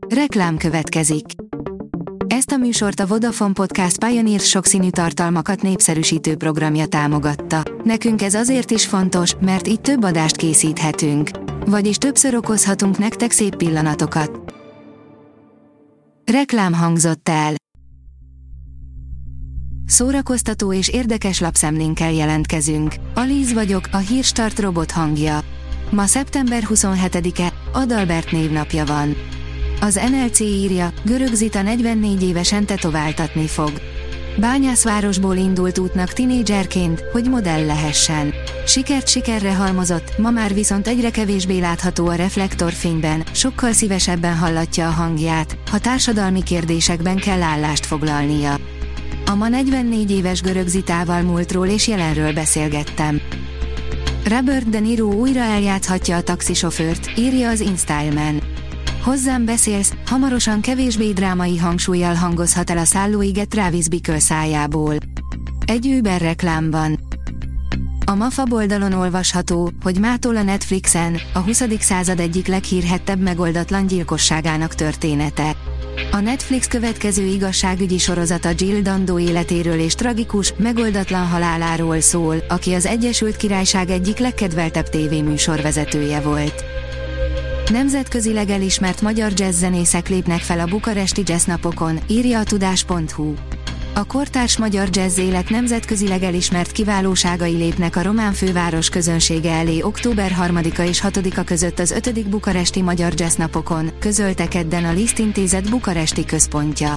Reklám következik. Ezt a műsort a Vodafone Podcast Pioneer sokszínű tartalmakat népszerűsítő programja támogatta. Nekünk ez azért is fontos, mert így több adást készíthetünk. Vagyis többször okozhatunk nektek szép pillanatokat. Reklám hangzott el. Szórakoztató és érdekes lapszemlénkkel jelentkezünk. Alíz vagyok, a Hírstart robot hangja. Ma szeptember 27-e, Adalbert névnapja van. Az NLC írja, Görög Zita 44 évesen tetováltatni fog. Bányászvárosból indult útnak tinédzserként, hogy modell lehessen. Sikert sikerre halmozott, ma már viszont egyre kevésbé látható a reflektorfényben, sokkal szívesebben hallatja a hangját, ha társadalmi kérdésekben kell állást foglalnia. A ma 44 éves Görög Zitával múltról és jelenről beszélgettem. Robert De Niro újra eljátszhatja a taxisofőrt, írja az InStyleman. Hozzám beszélsz, hamarosan kevésbé drámai hangsúllyal hangozhat el a szállóige Travis Bickle szájából. Egy Uber reklámban. A Mafab oldalon olvasható, hogy mától a Netflixen, a 20. század egyik leghírhettebb megoldatlan gyilkosságának története. A Netflix következő igazságügyi sorozata Jill Dando életéről és tragikus, megoldatlan haláláról szól, aki az Egyesült Királyság egyik legkedveltebb tévéműsorvezetője volt. Nemzetközileg elismert magyar jazzzenészek lépnek fel a bukaresti jazznapokon, írja a tudás.hu. A kortárs magyar jazz élet nemzetközileg elismert kiválóságai lépnek a román főváros közönsége elé október 3-a és 6-a között az 5. bukaresti magyar jazznapokon, közölte kedden a Liszt Intézet bukaresti központja.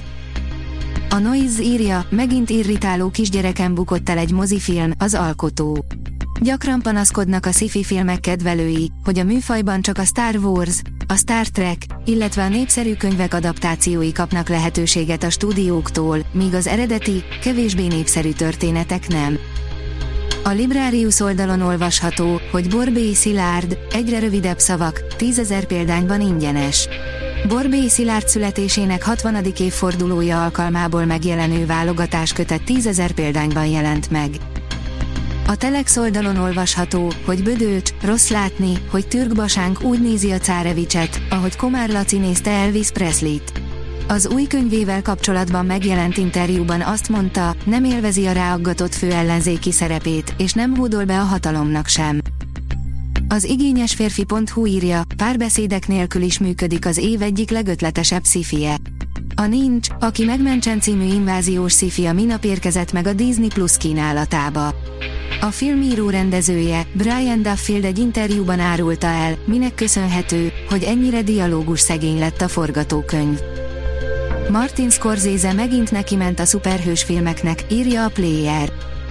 A Noise írja, megint irritáló kisgyereken bukott el egy mozifilm, Az alkotó. Gyakran panaszkodnak a sci-fi filmek kedvelői, hogy a műfajban csak a Star Wars, a Star Trek, illetve a népszerű könyvek adaptációi kapnak lehetőséget a stúdióktól, míg az eredeti, kevésbé népszerű történetek nem. A Librarius oldalon olvasható, hogy Borbély Szilárd, egyre rövidebb szavak, 10 000 példányban ingyenes. Borbély Szilárd születésének 60. évfordulója alkalmából megjelenő válogatáskötet 10 000 példányban jelent meg. A Telex oldalon olvasható, hogy Bödöcs, rossz látni, hogy Türk Basánk úgy nézi a Czárevicset, ahogy Komár Laci nézte Elvis Presleyt. Az új könyvével kapcsolatban megjelent interjúban azt mondta, nem élvezi a ráaggatott főellenzéki szerepét, és nem hódol be a hatalomnak sem. Az igényesférfi.hu írja, párbeszédek nélkül is működik az év egyik legötletesebb sci-fije. A Nincs, aki megmentsen című inváziós sci-fi a minap érkezett meg a Disney Plus kínálatába. A film író-rendezője, Brian Duffield egy interjúban árulta el, minek köszönhető, hogy ennyire dialógus szegény lett a forgatókönyv. Martin Scorsese megint nekiment a szuperhős filmeknek, írja a Player.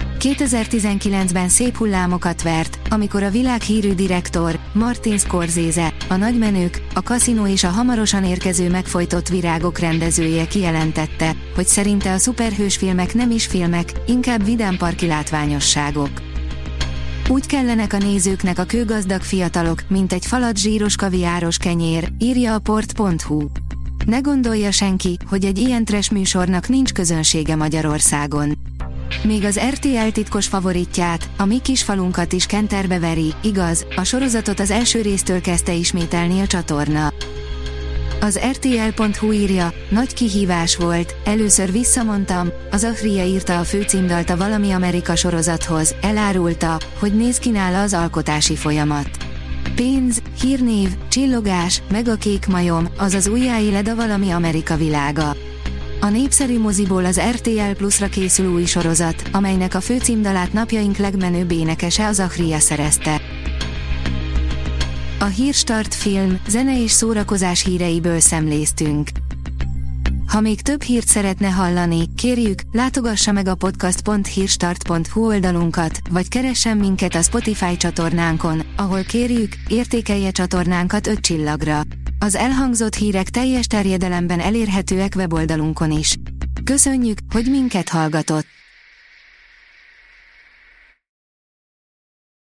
2019-ben szép hullámokat vert, amikor a világhírű direktor, Martin Scorsese, a Nagymenők, a Kaszinó és a hamarosan érkező Megfojtott virágok rendezője kijelentette, hogy szerinte a szuperhős filmek nem is filmek, inkább vidámparki látványosságok. Úgy kellenek a nézőknek a kőgazdag fiatalok, mint egy falat zsíros kaviáros kenyér, írja a port.hu. Ne gondolja senki, hogy egy ilyen trash műsornak nincs közönsége Magyarországon. Még az RTL titkos favoritját, a mi kis falunkat is kenterbe veri, igaz, a sorozatot az első résztől kezdte ismételni a csatorna. Az RTL.hu írja, nagy kihívás volt, először visszamondtam, az Ahria írta a főcímdalt a Valami Amerika sorozathoz, elárulta, hogy néz ki nála az alkotási folyamat. Pénz, hírnév, csillogás, meg a kék majom, azaz újjáéled a Valami Amerika világa. A népszerű moziból az RTL Plus-ra készül új sorozat, amelynek a főcímdalát napjaink legmenőbb énekese az Ahria szerezte. A Hírstart film, zene és szórakozás híreiből szemléztünk. Ha még több hírt szeretne hallani, kérjük, látogassa meg a podcast.hírstart.hu oldalunkat, vagy keressen minket a Spotify csatornánkon, ahol kérjük, értékelje csatornánkat 5 csillagra. Az elhangzott hírek teljes terjedelemben elérhetőek weboldalunkon is. Köszönjük, hogy minket hallgatott!